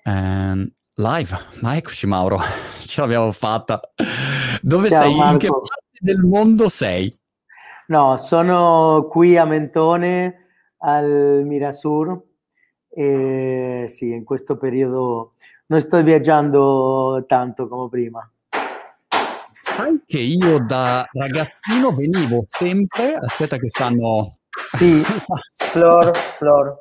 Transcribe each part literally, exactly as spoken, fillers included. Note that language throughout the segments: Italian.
Ehm, live, ma eccoci Mauro, ce l'abbiamo fatta. Dove Ciao sei? In che Marco. parte del mondo sei? No, sono qui a Mentone al Mirasur e sì, in questo periodo non sto viaggiando tanto come prima. Sai che io da ragazzino venivo sempre, aspetta che stanno... Sì, Flor, Flor.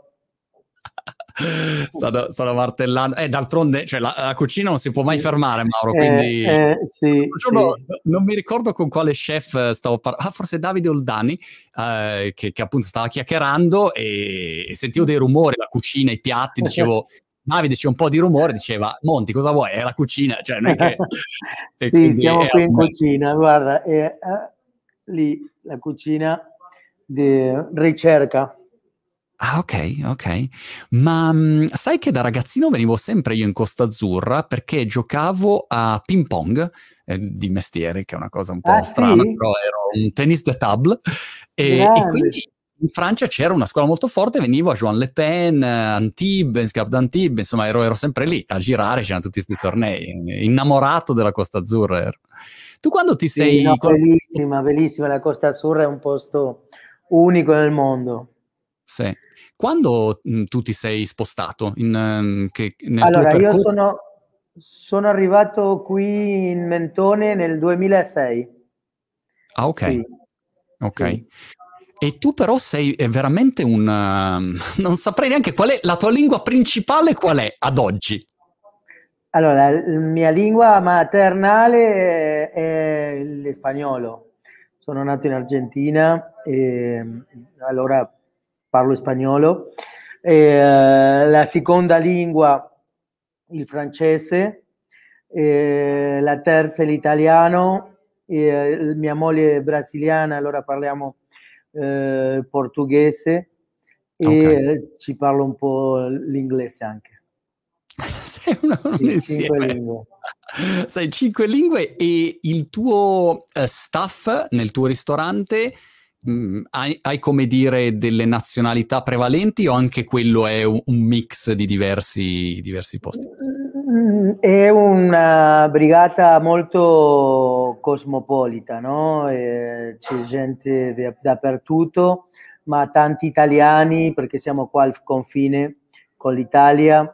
stanno, stanno martellando. Eh, d'altronde, cioè, la, la cucina non si può mai fermare, Mauro, Eh, quindi... eh, sì, Un giorno, sì. non mi ricordo con quale chef stavo parlando, ah, forse Davide Oldani, eh, che, che appunto stava chiacchierando e, e sentivo dei rumori, la cucina, i piatti, dicevo, Davide c'è un po' di rumore, diceva, Monti, cosa vuoi? È la cucina, cioè non è che... E Sì, quindi siamo era qui in bello. cucina, guarda, è eh, lì la cucina di ricerca. Ah, ok, ok. Ma mh, sai che da ragazzino venivo sempre io in Costa Azzurra perché giocavo a ping pong eh, di mestiere, che è una cosa un Ah po' strana, sì? però ero un tennis de table e, e Grande. quindi in Francia c'era una scuola molto forte, venivo a Juan Le Pen, a Antibes, Cap d'Antibes, insomma ero, ero sempre lì a girare, c'erano tutti questi tornei, innamorato della Costa Azzurra ero. Tu quando ti Sì, no, sei... Quando... bellissima, bellissima. La Costa Azzurra è un posto unico nel mondo. Sì. Quando mh, tu ti sei spostato in, ehm, che, nel tuo Allora, io percorso? sono, sono arrivato qui in Mentone nel duemilasei. Ah, ok, Sì, ok. sì. E tu però sei eh, veramente un... ehm, non saprei neanche qual è la tua lingua principale, qual è ad oggi? Allora, la mia lingua maternale è l'espagnolo. Sono nato in Argentina e allora parlo spagnolo. E, eh, la seconda lingua il francese, e la terza è l'italiano, e mia moglie è brasiliana, allora parliamo eh, portoghese Ok. e ci parlo un po' l'inglese anche. Sei un, un Sì, cinque insieme. lingue. Sai cinque lingue e il tuo eh, staff nel tuo ristorante, mh, hai, hai come dire delle nazionalità prevalenti o anche quello è un, un mix di diversi, diversi posti? Mm, È una brigata molto cosmopolita, no? Eh, c'è gente da- dappertutto, ma tanti italiani perché siamo qua al confine con l'Italia,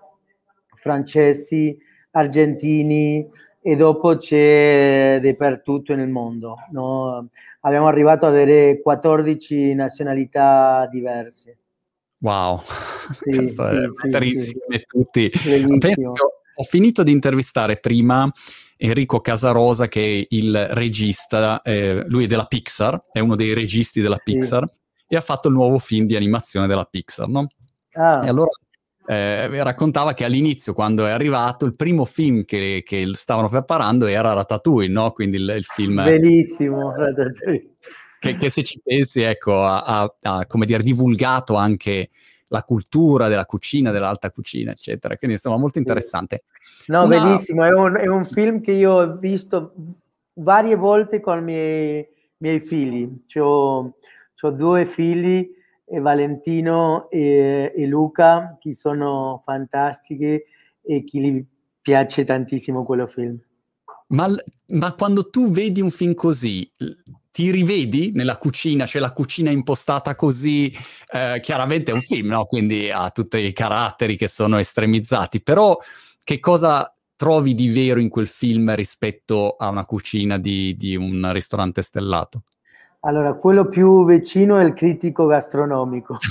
francesi, argentini e dopo c'è dappertutto nel mondo, no? Abbiamo arrivato ad avere quattordici nazionalità diverse. Wow, Sì, questo è sì, sì, mettere sì, insieme tutti. Penso che bellissimo. ho, ho finito di intervistare prima Enrico Casarosa, che è il regista, eh, lui è della Pixar, è uno dei registi della Sì. Pixar, e ha fatto il nuovo film di animazione della Pixar, no? E Ah, allora eh, raccontava che all'inizio, quando è arrivato, il primo film che, che stavano preparando era Ratatouille, no? Quindi il, il film bellissimo. Ratatouille. che, che se ci pensi, ecco, ha, ha- ha, come dire, divulgato anche la cultura della cucina, dell'alta cucina, eccetera. Quindi insomma molto Sì. interessante. No, Una... bellissimo, è un, è un film che io ho visto varie volte con i miei, miei figli. C'ho, c'ho due figli, e Valentino e, e Luca, che sono fantastici e che gli piace tantissimo quello film. Ma, l- ma quando tu vedi un film così, l- ti rivedi nella cucina? Cioè la cucina impostata così, eh, chiaramente è un film, no? Quindi ha tutti i caratteri che sono estremizzati, però che cosa trovi di vero in quel film rispetto a una cucina di, di un ristorante stellato? Allora, quello più vicino è il critico gastronomico.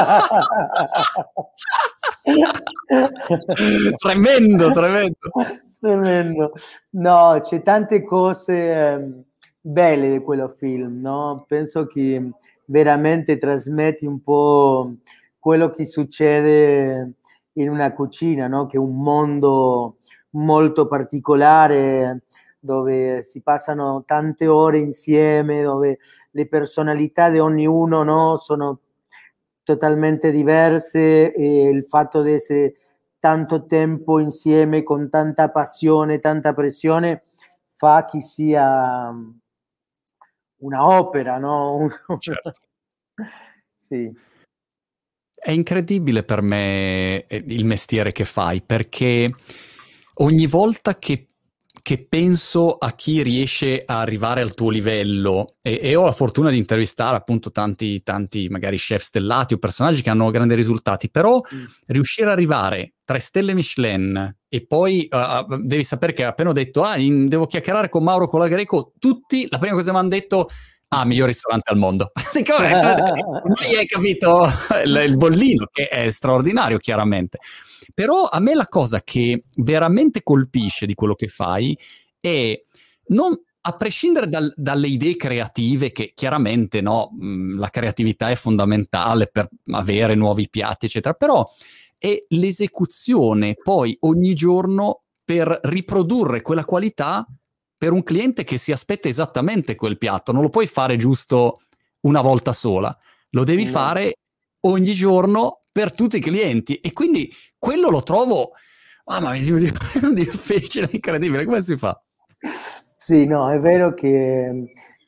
Tremendo, tremendo. Tremendo. No, c'è tante cose ehm, belle di quello film, no? Penso che veramente trasmetti un po' quello che succede in una cucina, no? Che è un mondo molto particolare dove si passano tante ore insieme, dove le personalità di ognuno, no, sono totalmente diverse e il fatto di essere tanto tempo insieme con tanta passione, tanta pressione fa che sia una opera, no? Certo. Sì. È incredibile per me eh, il mestiere che fai, perché ogni volta che, che penso a chi riesce a arrivare al tuo livello, e, e ho la fortuna di intervistare appunto tanti, tanti magari chef stellati o personaggi che hanno grandi risultati, però Mm. riuscire ad arrivare tre stelle Michelin e poi uh, devi sapere che appena ho detto ah, in, devo chiacchierare con Mauro Colagreco, tutti la prima cosa che mi hanno detto ah, miglior ristorante al mondo. Dico, vabbè, tu, tu hai capito il, il bollino, che è straordinario, chiaramente. Però a me la cosa che veramente colpisce di quello che fai è non, a prescindere dal, dalle idee creative, che chiaramente no, mh, la creatività è fondamentale per avere nuovi piatti, eccetera, però è l'esecuzione poi ogni giorno per riprodurre quella qualità per un cliente che si aspetta esattamente quel piatto. Non lo puoi fare giusto una volta sola, lo devi No. fare ogni giorno per tutti i clienti, e quindi quello lo trovo ah, ma difficile, incredibile. Come si fa? Sì, no, è vero che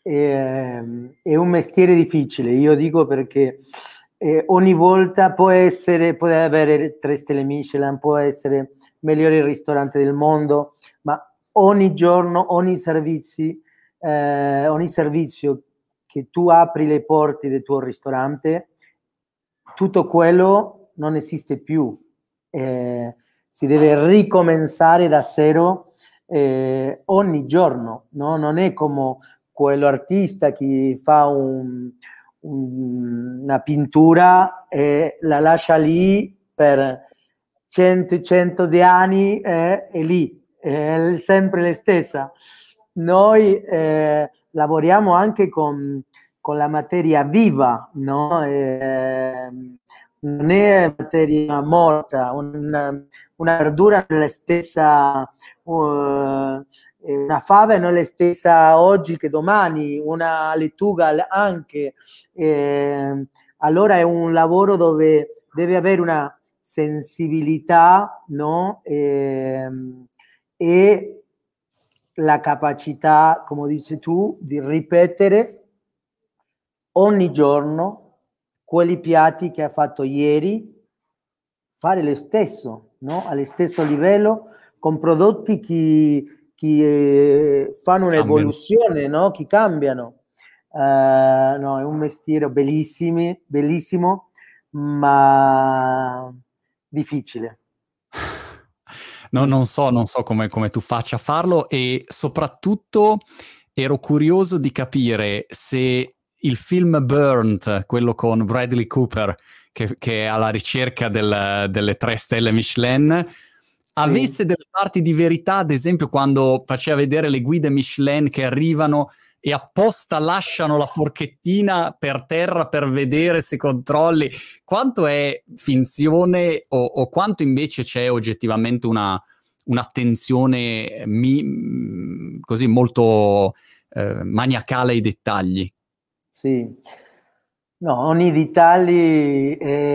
è, è un mestiere difficile, io dico perché eh, ogni volta può essere, può avere tre stelle Michelin, può essere migliore ristorante del mondo, ma ogni giorno, ogni servizi, eh, ogni servizio che tu apri le porte del tuo ristorante, tutto quello non esiste più. Eh, si deve ricominciare da zero eh, ogni giorno, no? Non è come quello artista che fa un, un, una pittura e la lascia lì per cento cento di anni eh, e lì è sempre la stessa. Noi eh, lavoriamo anche con, con la materia viva, no? Eh, non è materia morta, una, una verdura non è la stessa, uh, una fava non è la stessa oggi che domani, una lettuga anche. Eh, allora è un lavoro dove deve avere una sensibilità, no? E, e la capacità, come dici tu, di ripetere ogni giorno quelli piatti che ha fatto ieri, fare lo stesso, no? Allo stesso livello, con prodotti che, che eh, fanno un'evoluzione, no? Che cambiano. Uh, no, è un mestiere bellissimo, bellissimo, ma difficile. No, non so, non so come, come tu faccia a farlo, e soprattutto ero curioso di capire se il film Burnt, quello con Bradley Cooper, che, che è alla ricerca del, delle tre stelle Michelin, avesse sì. delle parti di verità, ad esempio quando faceva vedere le guide Michelin che arrivano e apposta lasciano la forchettina per terra per vedere se controlli, quanto è finzione o, o quanto invece c'è oggettivamente una, un'attenzione mi, così molto eh, maniacale ai dettagli. Sì, no, ogni dettaglio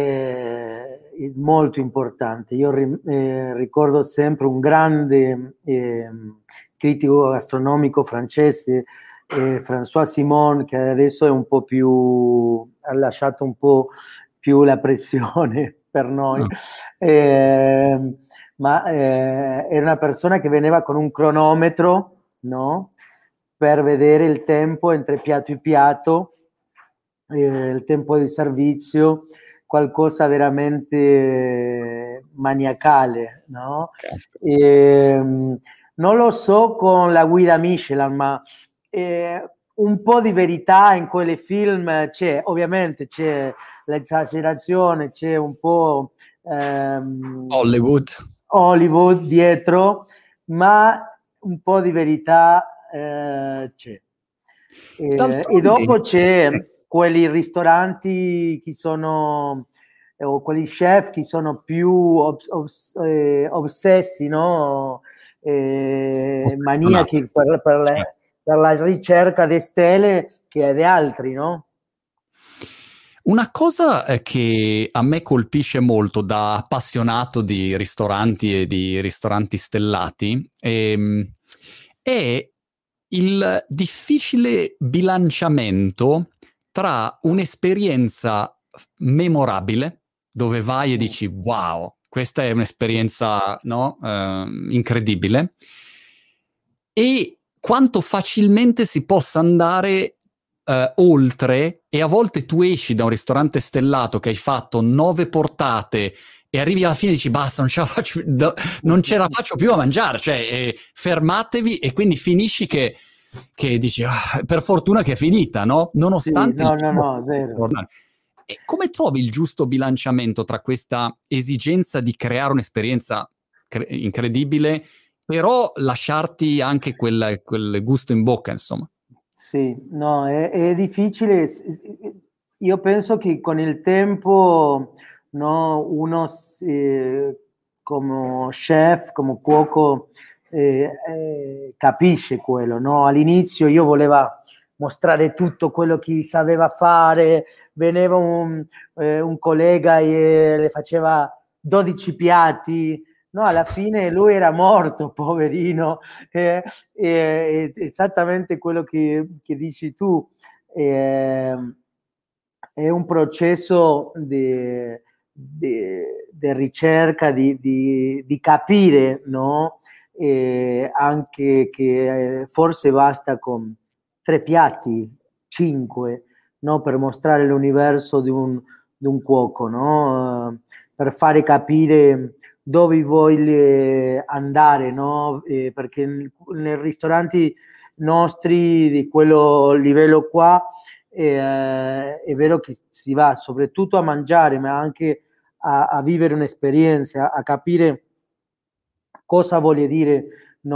è molto importante. Io eh, ricordo sempre un grande eh, critico gastronomico francese, eh, François Simon, che adesso è un po' più, ha lasciato un po' più la pressione per noi, oh. eh, ma eh, era una persona che veniva con un cronometro, no? Per vedere il tempo entre piatto e piatto, eh, il tempo di servizio, qualcosa veramente maniacale, no? E, non lo so con la guida Michelin, ma eh, un po' di verità in quelle film c'è, ovviamente c'è l'esagerazione, c'è un po' ehm, Hollywood. Hollywood dietro, ma un po' di verità eh, c'è. Eh, e dopo c'è quelli ristoranti che sono eh, o quelli chef che sono più obs- obs- eh, ossessi, no? Eh, maniaci per, per, le, per la ricerca di stelle che di altri, no? Una cosa che a me colpisce molto da appassionato di ristoranti e di ristoranti stellati è, è il difficile bilanciamento tra un'esperienza memorabile, dove vai e dici wow, questa è un'esperienza, no? eh, incredibile, e quanto facilmente si possa andare eh, oltre, e a volte tu esci da un ristorante stellato che hai fatto nove portate e arrivi alla fine e dici basta, non ce la faccio, non ce la faccio più a mangiare, cioè eh, fermatevi, e quindi finisci che, che dici ah, per fortuna che è finita, no? Nonostante sì, no, il no, cibo no, è fosse vero. straordinario. E come trovi il giusto bilanciamento tra questa esigenza di creare un'esperienza cre- incredibile, però lasciarti anche quel, quel gusto in bocca, insomma? Sì, no, è, è difficile. Io penso che con il tempo, no, uno eh, come chef, come cuoco, eh, eh, capisce quello, no? All'inizio io volevo mostrare tutto quello che sapeva fare, veniva un, eh, un collega e le faceva dodici piatti, no, alla fine lui era morto, poverino, eh, eh, esattamente quello che, che dici tu. Eh, è un processo di, di, di ricerca, di, di, di capire, no? Eh, anche che eh, forse basta con tre piatti, cinque, no? Per mostrare l'universo di un, di un cuoco, no? Uh, per fare capire dove vuoi andare, no? Eh, perché nei ristoranti nostri di quello livello qua eh, è vero che si va soprattutto a mangiare, ma anche a, a vivere un'esperienza, a capire cosa vuole dire,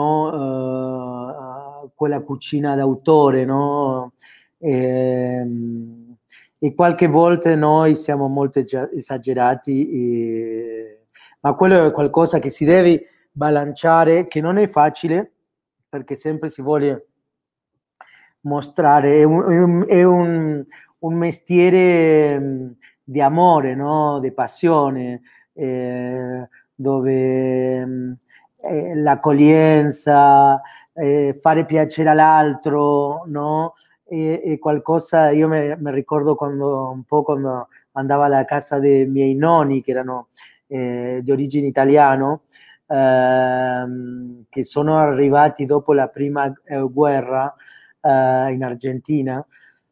no, uh, quella cucina d'autore, no? E, e qualche volta noi siamo molto esagerati, e, ma quello è qualcosa che si deve bilanciare, che non è facile, perché sempre si vuole mostrare, è un, è un, un mestiere di amore, no? Di passione, eh, dove eh, l'accoglienza, eh, fare piacere all'altro, no? E, e qualcosa, io mi ricordo quando, un po' quando andavo alla casa dei miei nonni, che erano eh, di origine italiano, ehm, che sono arrivati dopo la prima eh, guerra eh, in Argentina.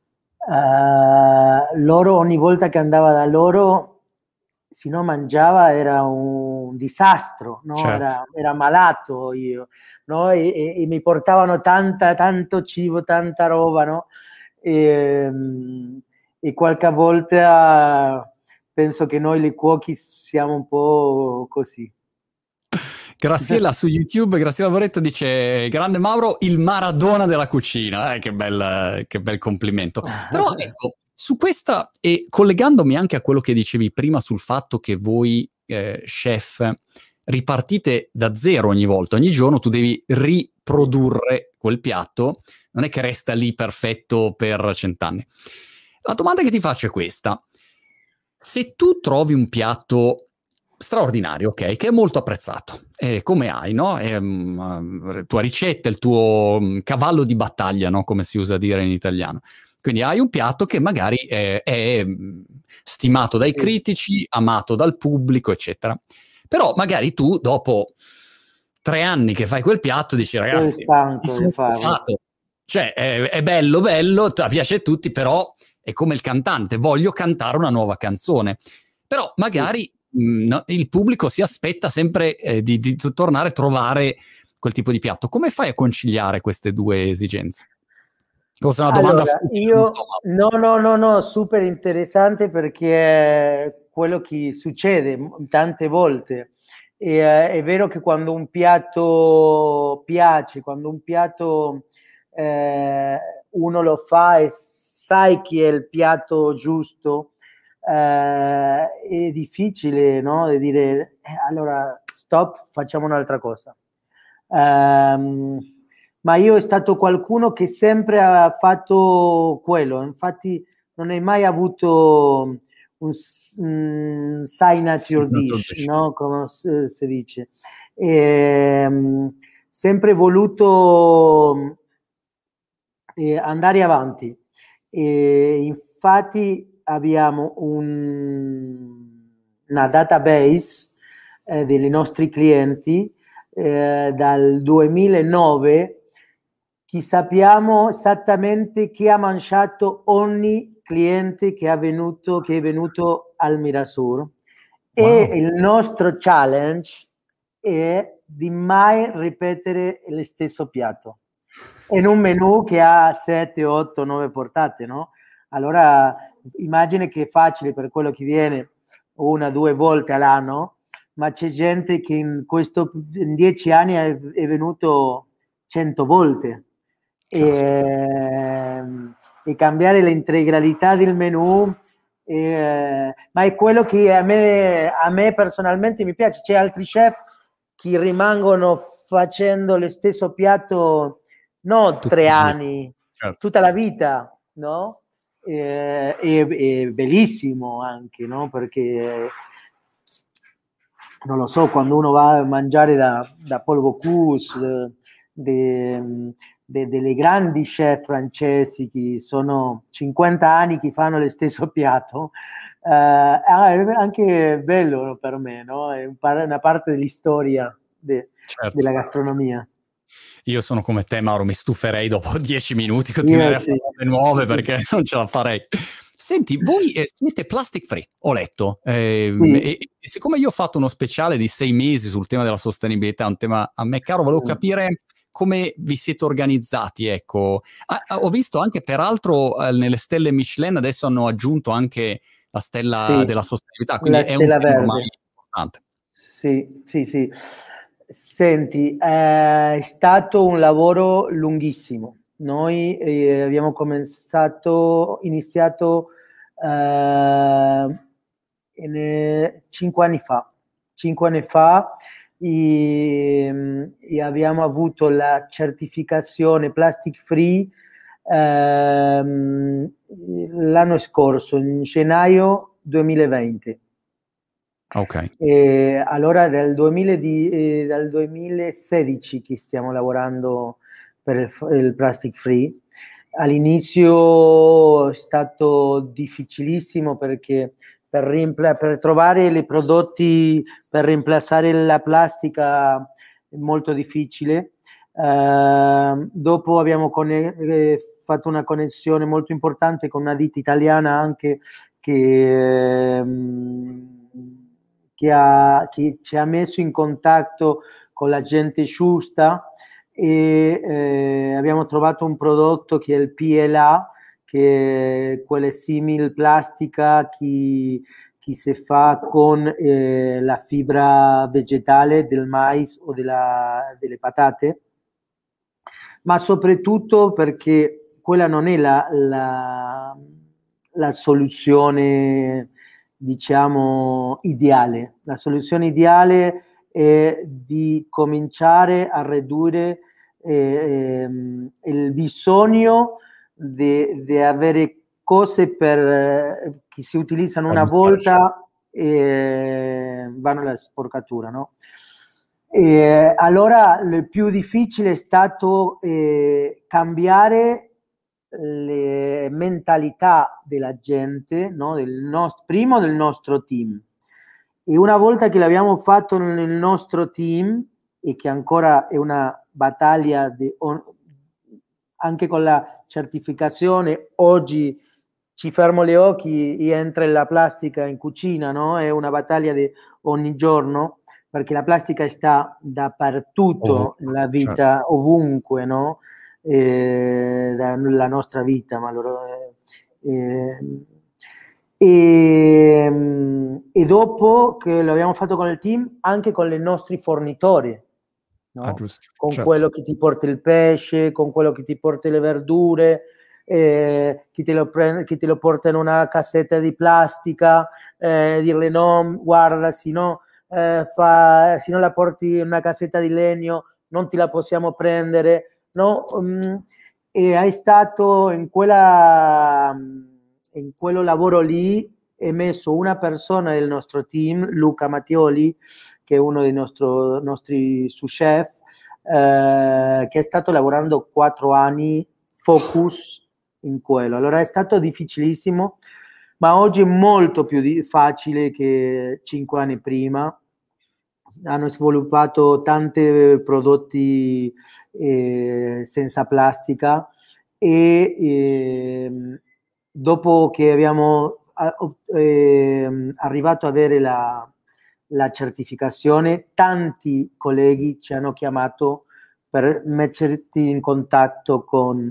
Uh, loro ogni volta che andava da loro, se non mangiava era un disastro, no? Certo. Era, era malato io, no? E, e, e mi portavano tanta, tanto cibo, tanta roba, no? E, e qualche volta penso che noi le cuochi siamo un po' così. Graziella su YouTube, Graziella Loretto dice grande Mauro, il Maradona della cucina, eh, che, bel, che bel complimento. Però ecco, su questa, e collegandomi anche a quello che dicevi prima sul fatto che voi eh, chef ripartite da zero ogni volta, ogni giorno tu devi riprodurre quel piatto, non è che resta lì perfetto per cent'anni. La domanda che ti faccio è questa: se tu trovi un piatto straordinario, ok, che è molto apprezzato, eh, come hai, no? È um, tua ricetta, il tuo um, cavallo di battaglia, no? Come si usa a dire in italiano. Quindi hai un piatto che magari è, è stimato dai critici, amato dal pubblico, eccetera. Però magari tu, dopo tre anni che fai quel piatto, dici ragazzi, mi sono stufato. Cioè, è, è bello, bello, piace a tutti, però è come il cantante, voglio cantare una nuova canzone. Però magari mh, no, il pubblico si aspetta sempre eh, di, di tornare a trovare quel tipo di piatto. Come fai a conciliare queste due esigenze? Forse è una domanda Allora, stupida, io insomma. no, no, no, no, super interessante, perché è quello che succede tante volte. E, eh, è vero che quando un piatto piace, quando un piatto eh, uno lo fa e sai che è il piatto giusto, eh, è difficile, no? Di dire eh, allora stop, facciamo un'altra cosa. Um, ma io è stato qualcuno che sempre ha fatto quello, infatti non hai mai avuto un, un signature dish, no? Come si dice. E, um, sempre voluto eh, andare avanti. E infatti abbiamo un, una database eh, dei nostri clienti eh, dal duemilanove, che sappiamo esattamente chi ha mangiato ogni cliente che è venuto, che è venuto al Mirasur. Wow. E il nostro challenge è di mai ripetere lo stesso piatto in un menù che ha sette, otto, nove portate, no? Allora immagini che è facile per quello che viene una, due volte all'anno, ma c'è gente che in, questo, in dieci anni è, è venuto cento volte. E, e cambiare l'integralità del menù, e, ma è quello che a me, a me personalmente mi piace. C'è altri chef che rimangono facendo lo stesso piatto non Tutti tre anni, certo. Tutta la vita, no? E, è, è bellissimo anche, no? Perché non lo so, quando uno va a mangiare da, da Paul Bocuse, de, de, delle grandi chef francesi che sono cinquanta anni che fanno lo stesso piatto, eh, è anche bello per me, no? È una parte dell'istoria de, certo. della gastronomia. Io sono come te, Mauro, mi stuferei dopo dieci minuti, continuerei yeah, a fare cose nuove sì. perché non ce la farei. Senti, voi eh, siete plastic free, ho letto, eh, sì. e, e siccome io ho fatto uno speciale di sei mesi sul tema della sostenibilità, un tema a me caro, volevo mm. capire come vi siete organizzati, ecco. Ah, ho visto anche, peraltro, eh, nelle stelle Michelin adesso hanno aggiunto anche la stella sì. della sostenibilità, quindi la è un tema ormai importante. Sì, sì, sì. Senti, è stato un lavoro lunghissimo. Noi eh, abbiamo cominciato, iniziato eh, in, eh, cinque anni fa. Cinque anni fa e, e abbiamo avuto la certificazione plastic free ehm, l'anno scorso, in gennaio duemilaventi. Ok. E allora dal, duemila di, eh, dal duemilasedici che stiamo lavorando per il, il plastic free. All'inizio è stato difficilissimo perché per, riempla- per trovare i prodotti per rimpiazzare la plastica è molto difficile. Uh, dopo abbiamo conne- eh, fatto una connessione molto importante con una ditta italiana anche che... Ehm, Che, ha, che ci ha messo in contatto con la gente giusta e eh, abbiamo trovato un prodotto che è il P L A, che è quella simil plastica che, che si fa con eh, la fibra vegetale del mais o della, delle patate, ma soprattutto perché quella non è la, la, la soluzione, diciamo, ideale. La soluzione ideale è di cominciare a ridurre eh, ehm, il bisogno di avere cose per, eh, che si utilizzano una volta e vanno alla sporcatura, no? E allora il più difficile è stato eh, cambiare le mentalità della gente, no? Del nostro, primo del nostro team, e una volta che l'abbiamo fatto nel nostro team e che ancora è una battaglia di, anche con la certificazione oggi ci fermo gli occhi e entra la plastica in cucina, no? È una battaglia di ogni giorno perché la plastica sta dappertutto oh, nella vita, certo. Ovunque, no? Eh, la nostra vita, ma loro, eh, e, e dopo che l'abbiamo fatto con il team, anche con i nostri fornitori, no? Ah, giusto, con certo. quello che ti porta il pesce, con quello che ti porta le verdure, eh, chi, te lo prende, chi te lo porta in una cassetta di plastica, eh, dirle no, guarda, se no, eh, fa, se non la porti in una cassetta di legno non ti la possiamo prendere, no? Um, e hai stato in quella in quello lavoro lì è messo una persona del nostro team, Luca Mattioli, che è uno dei nostro, nostri sous chef, eh, che è stato lavorando quattro anni focus in quello. Allora è stato difficilissimo ma oggi è molto più di- facile che cinque anni prima. Hanno sviluppato tanti prodotti eh, senza plastica e ehm, dopo che abbiamo a- ot- ehm, arrivato ad avere la, la certificazione, tanti colleghi ci hanno chiamato per metterti in contatto con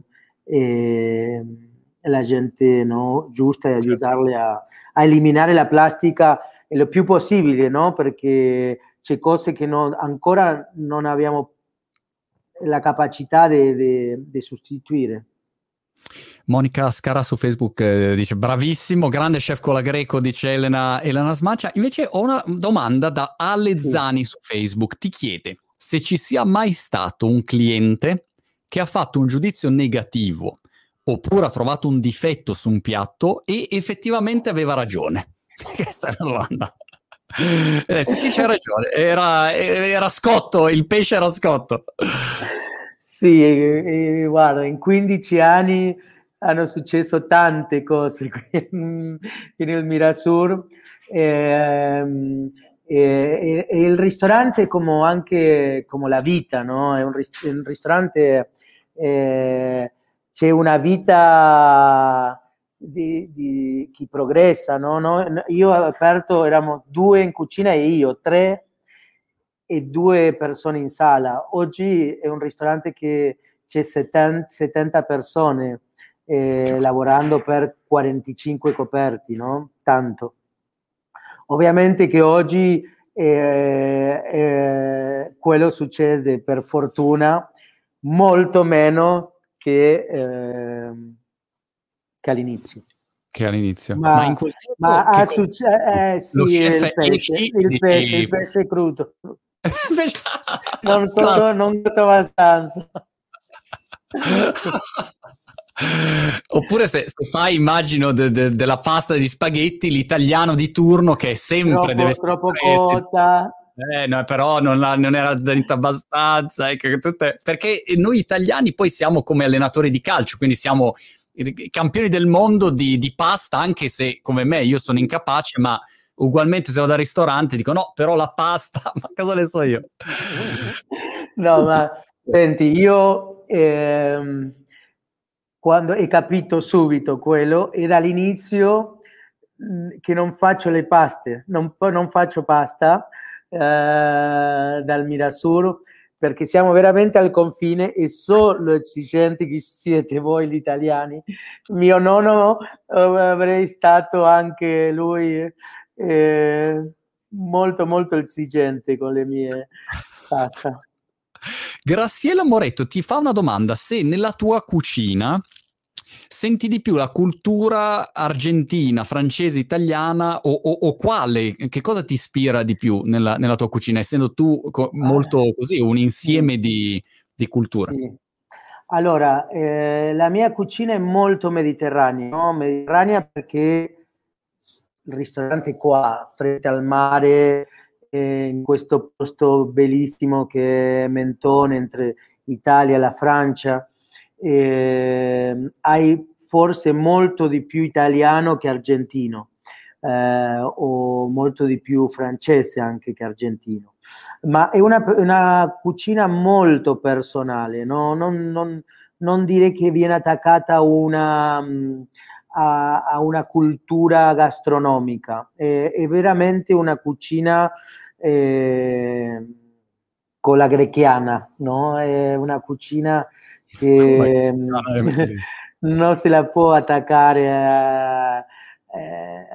ehm, la gente, no, giusta, e Certo. aiutarli a, a eliminare la plastica il più possibile, no? Perché c'è cose che non- ancora non abbiamo la capacità di sostituire. Monica Scara su Facebook eh, dice bravissimo, grande chef con la Greco, dice Elena, Elena Smacia. Invece ho una domanda da Ale Sì. Zani su Facebook, ti chiede se ci sia mai stato un cliente che ha fatto un giudizio negativo oppure ha trovato un difetto su un piatto e effettivamente aveva ragione. Questa è la domanda. Eh, sì, c'è ragione, era, era scotto, il pesce era scotto. Sì, e, e, guarda, in quindici anni hanno successo tante cose qui nel Mirasur. ehm, E, e- e il ristorante è come anche come la vita, no? È un, ris- un ristorante, eh, c'è una vita di, di chi progressa, no? No? Io ho aperto, eravamo due in cucina e io, tre e due persone in sala. Oggi è un ristorante che c'è settanta, settanta persone eh, lavorando per quarantacinque coperti, no? Tanto. Ovviamente che oggi eh, eh, quello succede per fortuna molto meno che, eh, che all'inizio. Che all'inizio. Ma in Ma, quel ma caso che ha cosa successo? Eh lo sì, chef il pesce, esci e il pesce, il dici pesce crudo. Invece- Non cotto, classico. non cotto abbastanza. Oppure se, se fai, immagino, de- de- della pasta di spaghetti, l'italiano di turno che sempre deve Troppo, troppo sempre... se- cotta. Eh, no, però non, la- non era dentro abbastanza. Ecco, che tutte- perché noi italiani poi siamo come allenatori di calcio, quindi siamo i campioni del mondo di, di pasta, anche se come me io sono incapace, ma ugualmente se vado al ristorante dico no, però la pasta, ma cosa ne so io? No, ma senti, io ehm, quando hai capito subito quello e dall'inizio mh, che non faccio le paste, non, non faccio pasta eh, dal Mirasur perché siamo veramente al confine e solo esigenti che siete voi gli italiani. Mio nonno eh, avrei stato anche lui eh, molto molto esigente con le mie pasta. Graziella Moretto ti fa una domanda: se nella tua cucina senti di più la cultura argentina, francese, italiana o, o, o quale, che cosa ti ispira di più nella, nella tua cucina, essendo tu co- Ah, molto così, un sì, insieme di, di culture? sì. Allora, eh, la mia cucina è molto mediterranea, no? Mediterranea perché il ristorante è qua, fronte al mare, eh, in questo posto bellissimo che è Mentone, entre Italia e la Francia. Eh, hai forse molto di più italiano che argentino, eh, o molto di più francese anche che argentino. Ma è una, una cucina molto personale, no? Non, non, non dire che viene attaccata a una, mh, a, a una cultura gastronomica, è, è veramente una cucina eh, con la grechiana, no? È una cucina Ma che no, mh, è bellissimo. non se la può attaccare a, eh,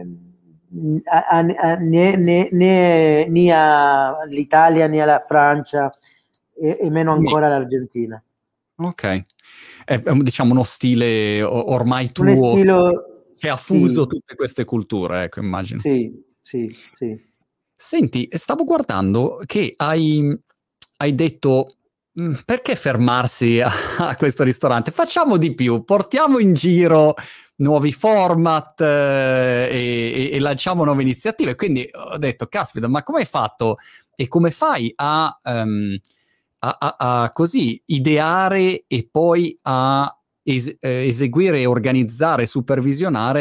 a- a- a- né, né- né- né all'Italia né alla Francia e, e meno ancora all'Argentina. Ok, è, è un- diciamo uno stile o- ormai Un tuo estilo, che ha fuso sì, tutte queste culture, ecco, immagino. sì, sì, sì. Senti, stavo guardando che hai, hai detto "Mm, perché fermarsi a, a questo ristorante? Facciamo di più, portiamo in giro nuovi format eh, e, e- e lanciamo nuove iniziative." Quindi ho detto, caspita, ma come hai fatto e come fai a, ehm, a- a- a così ideare e poi a es- eh, eseguire, organizzare, supervisionare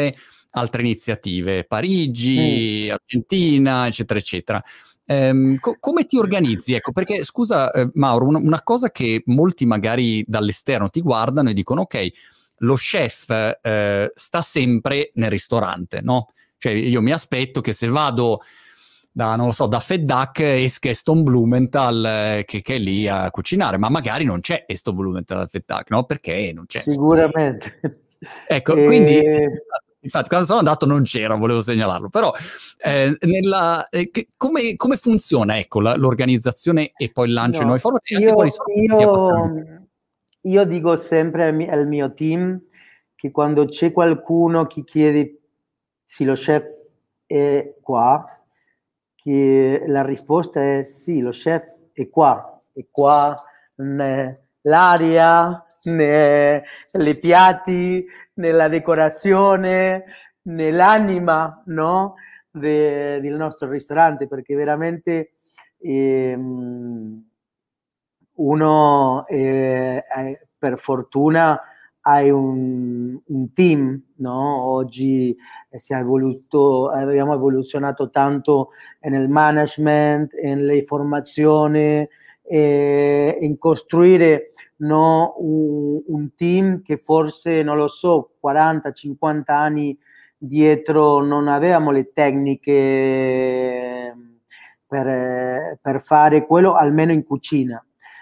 altre iniziative, Parigi, mm. Argentina, eccetera, eccetera. Um, co- come ti organizzi? Ecco, perché scusa eh, Mauro, una, una cosa che molti magari dall'esterno ti guardano e dicono ok, lo chef eh, sta sempre nel ristorante, no? Cioè io mi aspetto che se vado da, non lo so, da Feddac esca Eston Blumenthal eh, che, che è lì a cucinare, ma magari non c'è Eston Blumenthal da Feddac, no? Perché non c'è. Sicuramente. Ecco, e... quindi infatti quando sono andato non c'era, volevo segnalarlo, però eh, nella, eh, che, come, come funziona ecco, la, l'organizzazione e poi il lancio no, di nuovi formati? Anche io, quali sono io, io dico sempre al mio, al mio team che quando c'è qualcuno che chiede se lo chef è qua, che la risposta è sì, lo chef è qua, è qua nell'aria, nei piatti, nella decorazione, nell'anima, no? De, del nostro ristorante, perché veramente ehm, uno eh, per fortuna hai un, un team, no? Oggi si è evoluto, abbiamo evoluzionato tanto nel management, nelle formazioni, eh, in costruire no, un, un team che forse, non lo so, quaranta cinquanta anni dietro non avevamo le tecniche per, per fare quello, almeno in cucina.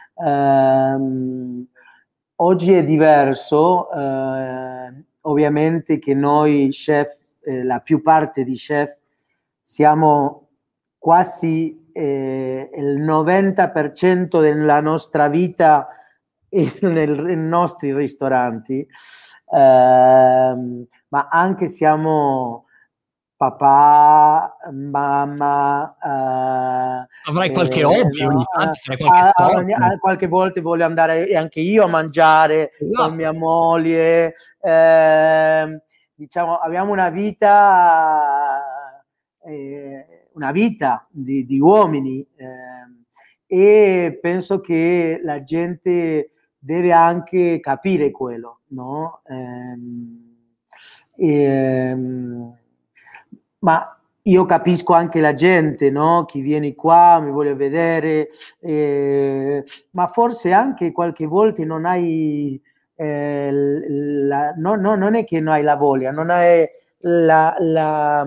Um, oggi è diverso, eh, ovviamente che noi chef, eh, la più parte di chef, siamo quasi eh, il novanta per cento della nostra vita nel, nei nostri ristoranti, eh, ma anche siamo papà, mamma. Eh, Avrai qualche eh, hobby no, ogni tanto, eh, qualche a, sport. a, a, qualche volta voglio andare anche io a mangiare esatto. Con mia moglie. Eh, diciamo, abbiamo una vita, eh, una vita di, di uomini eh, e penso che la gente deve anche capire quello, no? Eh, ehm, ma io capisco anche la gente, no? Chi viene qua, mi vuole vedere, eh, ma forse anche qualche volta non hai, eh, la, no, no, non è che non hai la voglia, non hai la, la,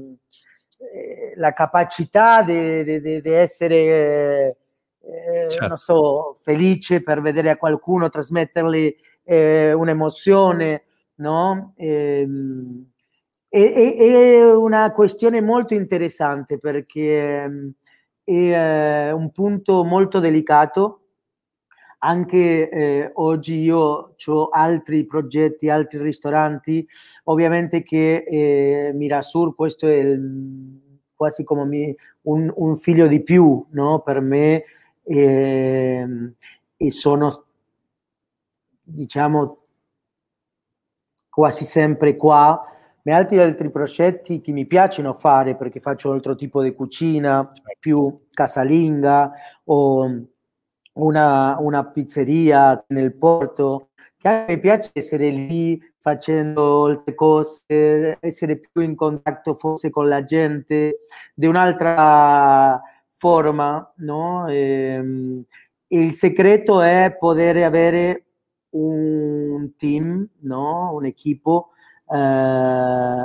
la capacità di essere, eh, certo. non so, felice per vedere a qualcuno, trasmettergli eh, un'emozione, no? Ehm, È, è una questione molto interessante perché è un punto molto delicato. Anche eh, oggi io ho altri progetti, altri ristoranti, ovviamente che eh, Mirasur, questo è il, quasi come mi, un, un figlio di più, no? Per me eh, e sono, diciamo, quasi sempre qua. Ma altri altri progetti che mi piacciono fare perché faccio altro tipo di cucina più casalinga o una, una pizzeria nel porto, che anche mi piace essere lì facendo altre cose, essere più in contatto forse con la gente di un'altra forma, no? E, e il segreto è poter avere un team, no? Un equipo eh,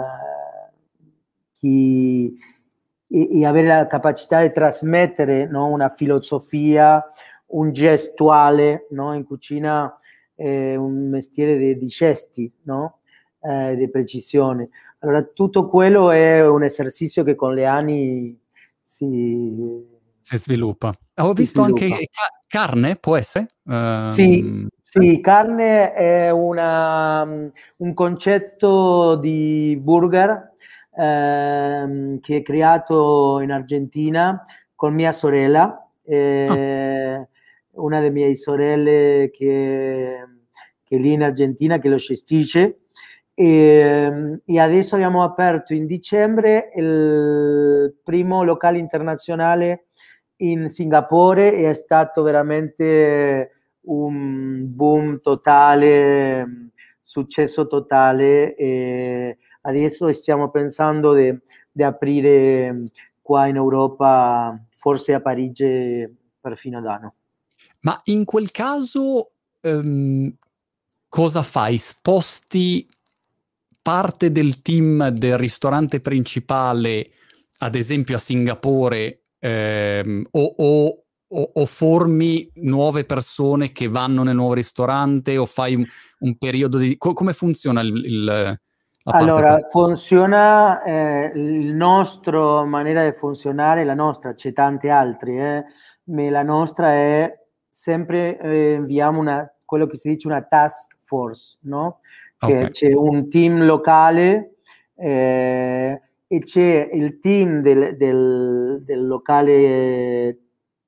chi, e, e avere la capacità di trasmettere, no? Una filosofia, un gestuale, no? In cucina è un mestiere di, di gesti, no? Eh, di precisione. Allora tutto quello è un esercizio che con gli anni si, si sviluppa. Ho si visto sviluppa. anche ca- carne, può essere? Um... Sì, sì, carne è una, un concetto di burger ehm, che è creato in Argentina con mia sorella, eh, ah. una delle mie sorelle che, che è lì in Argentina che lo gestisce. E, e adesso abbiamo aperto in dicembre il primo locale internazionale in Singapore e è stato veramente un boom totale, successo totale. E adesso stiamo pensando di aprire qua in Europa, forse a Parigi per fine d'anno. Ma in quel caso um, cosa fai? Sposti parte del team del ristorante principale, ad esempio a Singapore, ehm, o, o, o, o formi nuove persone che vanno nel nuovo ristorante, o fai un, un periodo di... Co- come funziona il, il, la allora, parte funziona eh, il nostro maniera di funzionare, la nostra, c'è tante altre, eh, ma la nostra è sempre eh, inviamo una, quello che si dice una task force, no? Che Okay. c'è un team locale eh, e c'è il team del, del, del locale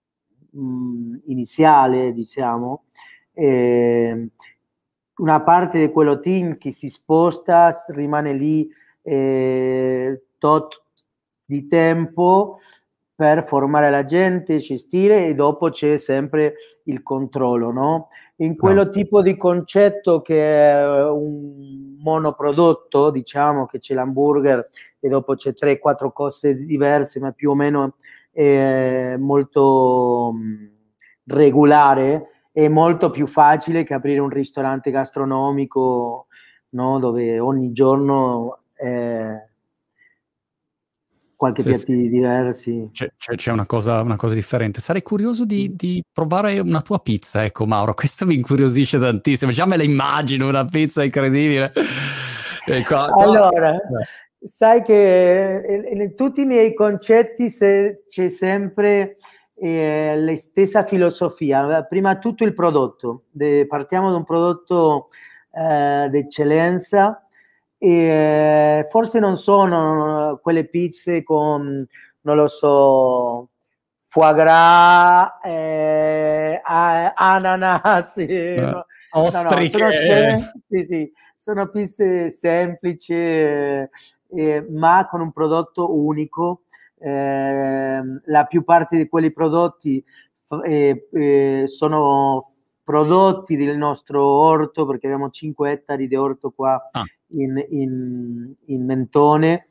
mh, iniziale, diciamo, eh, una parte di quello team che si sposta, rimane lì eh, tot di tempo per formare la gente, gestire, e dopo c'è sempre il controllo, no? In quello No. tipo di concetto che è un monoprodotto, diciamo che c'è l'hamburger e dopo c'è tre quattro cose diverse, ma più o meno è molto mh, regolare, è molto più facile che aprire un ristorante gastronomico, no? Dove ogni giorno eh, qualche Sì, sì. piatti diversi. C'è, c'è, c'è una cosa, una cosa differente. Sarei curioso di, di provare una tua pizza, ecco Mauro, questo mi incuriosisce tantissimo, già me la immagino, una pizza incredibile. E qua, qua... Allora, sai che in tutti i miei concetti se, c'è sempre eh, la stessa filosofia. Prima tutto il prodotto, De, partiamo da un prodotto eh, d'eccellenza, e forse non sono quelle pizze con, non lo so, foie gras, eh, ananas, eh, Eh, no, no, no, ostriche. sono, sem- sì, sì, sono pizze semplici, eh, eh, ma con un prodotto unico. Eh, la più parte di quelli prodotti eh, eh, sono prodotti del nostro orto, perché abbiamo cinque ettari di orto qua Ah. in, in, in Mentone.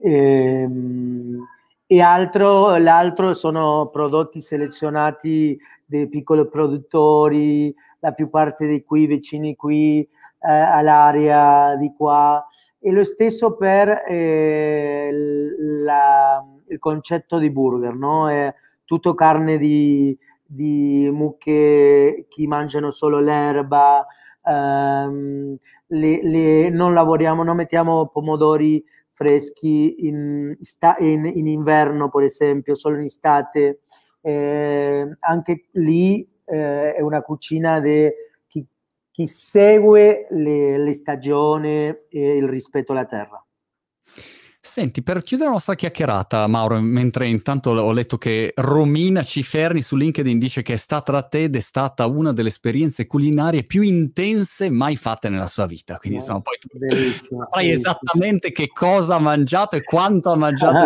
Ehm, e altro, l'altro sono prodotti selezionati dei piccoli produttori, la più parte di qui vicini qui eh, all'area di qua, e lo stesso per eh, la, il concetto di burger, no? È tutto carne di, di mucche che mangiano solo l'erba, ehm, le, le, non lavoriamo, non mettiamo pomodori freschi in, in, in inverno, per esempio, solo in estate. Eh, anche lì eh, è una cucina di chi, chi segue le, le stagioni e il rispetto alla terra. Senti, per chiudere la nostra chiacchierata, Mauro, mentre intanto ho letto che Romina Ciferni su LinkedIn dice che è stata da te ed è stata una delle esperienze culinarie più intense mai fatte nella sua vita. Quindi No, insomma, poi tu bellissimo, saprai bellissimo. esattamente che cosa ha mangiato e quanto ha mangiato.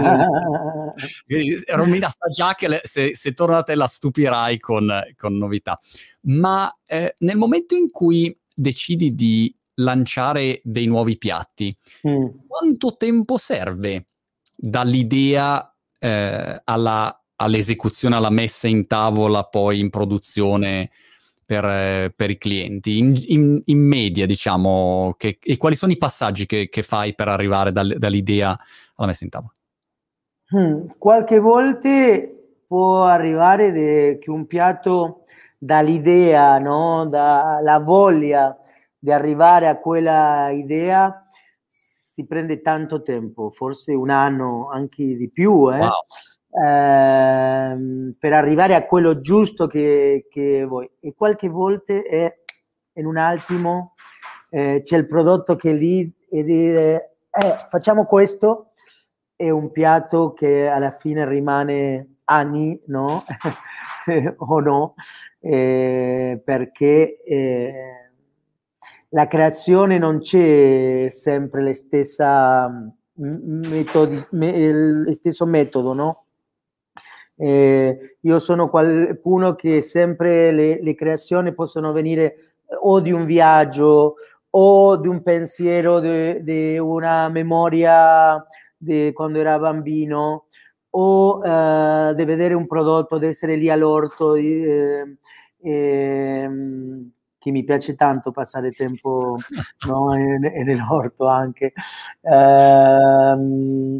Romina sa già che le, se, se torna da te la stupirai con, con novità. Ma eh, nel momento in cui decidi di lanciare dei nuovi piatti, mm. quanto tempo serve dall'idea eh, alla, all'esecuzione, alla messa in tavola, poi in produzione per, eh, per i clienti? In, in, in media, diciamo, che, e quali sono i passaggi che, che fai per arrivare dal, dall'idea alla messa in tavola? Mm. Qualche volta può arrivare de, che un piatto dall'idea, no? Dalla voglia di arrivare a quella idea si prende tanto tempo, forse un anno, anche di più, eh? Wow. Ehm, per arrivare a quello giusto che, che vuoi. E qualche volta è in un attimo eh, c'è il prodotto che è lì e dire eh, facciamo questo, è un piatto che alla fine rimane anni, no? O no? Eh, perché eh, la creazione non c'è sempre la stessa metodi, me, il stesso metodo, no? Eh, io sono qualcuno che sempre le, le creazioni possono venire o di un viaggio o di un pensiero, di una memoria di quando era bambino, o uh, di vedere un prodotto, di essere lì all'orto, eh, eh, che mi piace tanto passare tempo, no, e, e nell'orto anche. Uh,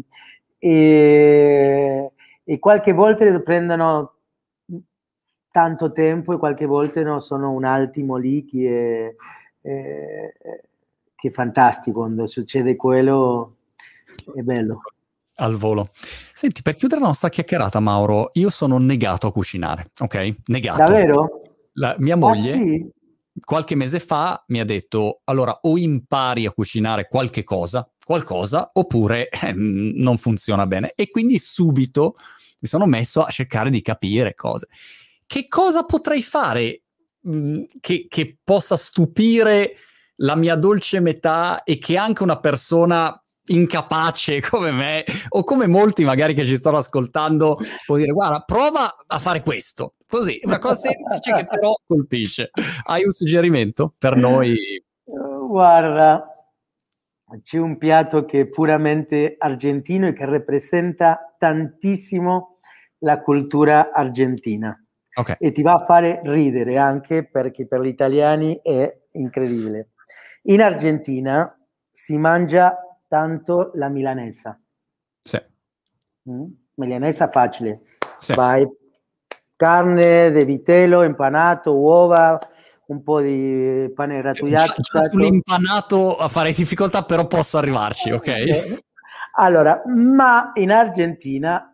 e, e qualche volta prendono tanto tempo e qualche volta no, sono un attimo lì che è, è, che è fantastico quando succede quello, è bello. Al volo. Senti, per chiudere la nostra chiacchierata, Mauro, io sono negato a cucinare, ok? Negato. Davvero? La mia moglie, ah, sì? qualche mese fa, mi ha detto, allora, o impari a cucinare qualche cosa, qualcosa, oppure eh, non funziona bene. E quindi subito mi sono messo a cercare di capire cose. Che cosa potrei fare mh, che, che possa stupire la mia dolce metà e che anche una persona incapace come me o come molti magari che ci stanno ascoltando può dire guarda prova a fare questo, così una cosa semplice che però colpisce. Hai un suggerimento per noi? Uh, guarda, c'è un piatto che è puramente argentino e che rappresenta tantissimo la cultura argentina. Okay. E ti va a fare ridere anche perché per gli italiani è incredibile. In Argentina si mangia tanto la milanesa. Sì. Mm? Milanesa facile. Sì. Vai, carne di vitello, impanato, uova, un po' di pane grattugiato. Già, già sull'impanato farei difficoltà, però posso arrivarci, ok? Allora, ma in Argentina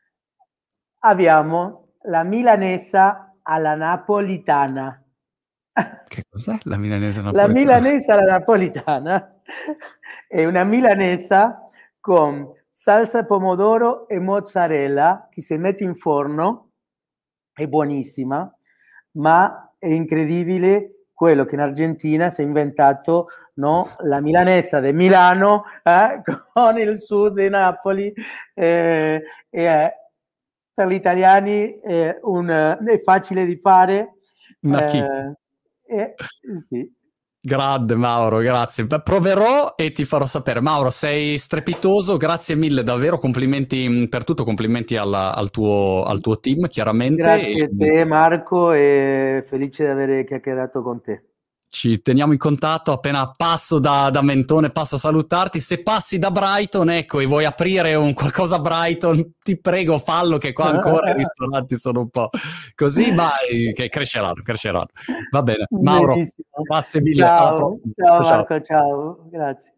abbiamo la milanesa alla napolitana. Che cos'è la milanesa napoletana? La milanesa alla napolitana è una milanesa con salsa pomodoro e mozzarella che si mette in forno, è buonissima, ma è incredibile quello che in Argentina si è inventato, no? La milanesa di Milano eh, con il sud di Napoli, eh, eh, per gli italiani è, un, è facile di fare. Una eh, eh, sì. Grande Mauro, grazie. Proverò e ti farò sapere. Mauro, sei strepitoso, grazie mille, davvero, complimenti per tutto, complimenti alla, al, tuo, al tuo team, chiaramente. Grazie a te Marco e felice di aver chiacchierato con te. Ci teniamo in contatto, appena passo da, da Mentone passo a salutarti, se passi da Brighton, ecco, e vuoi aprire un qualcosa a Brighton, ti prego fallo, che qua ancora i ristoranti sono un po' così, ma che cresceranno, cresceranno. Va bene, Mauro, Benissimo. grazie mille, Ciao, alla prossima. ciao Marco, ciao, ciao. Grazie.